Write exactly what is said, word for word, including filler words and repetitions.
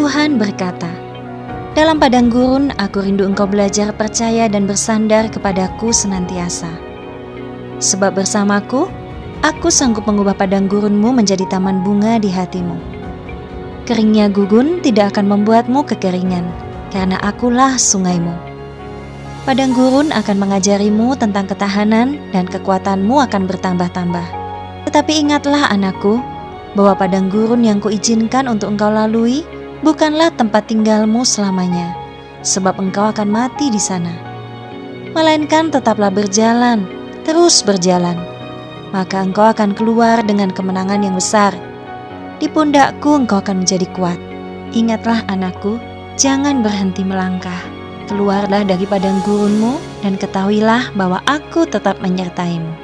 Tuhan berkata, "Dalam padang gurun aku rindu engkau belajar percaya dan bersandar kepadaku senantiasa. Sebab bersamaku, aku sanggup mengubah padang gurunmu menjadi taman bunga di hatimu. Keringnya gugun tidak akan membuatmu kekeringan, karena akulah sungaimu. Padang gurun akan mengajarimu tentang ketahanan dan kekuatanmu akan bertambah-tambah. Tetapi ingatlah anakku, bahwa padang gurun yang kuizinkan untuk engkau lalui bukanlah tempat tinggalmu selamanya, sebab engkau akan mati di sana. Melainkan tetaplah berjalan, terus berjalan, maka engkau akan keluar dengan kemenangan yang besar. Di pundakku engkau akan menjadi kuat. Ingatlah anakku, jangan berhenti melangkah. Keluarlah dari padang gurunmu dan ketahuilah bahwa aku tetap menyertaimu."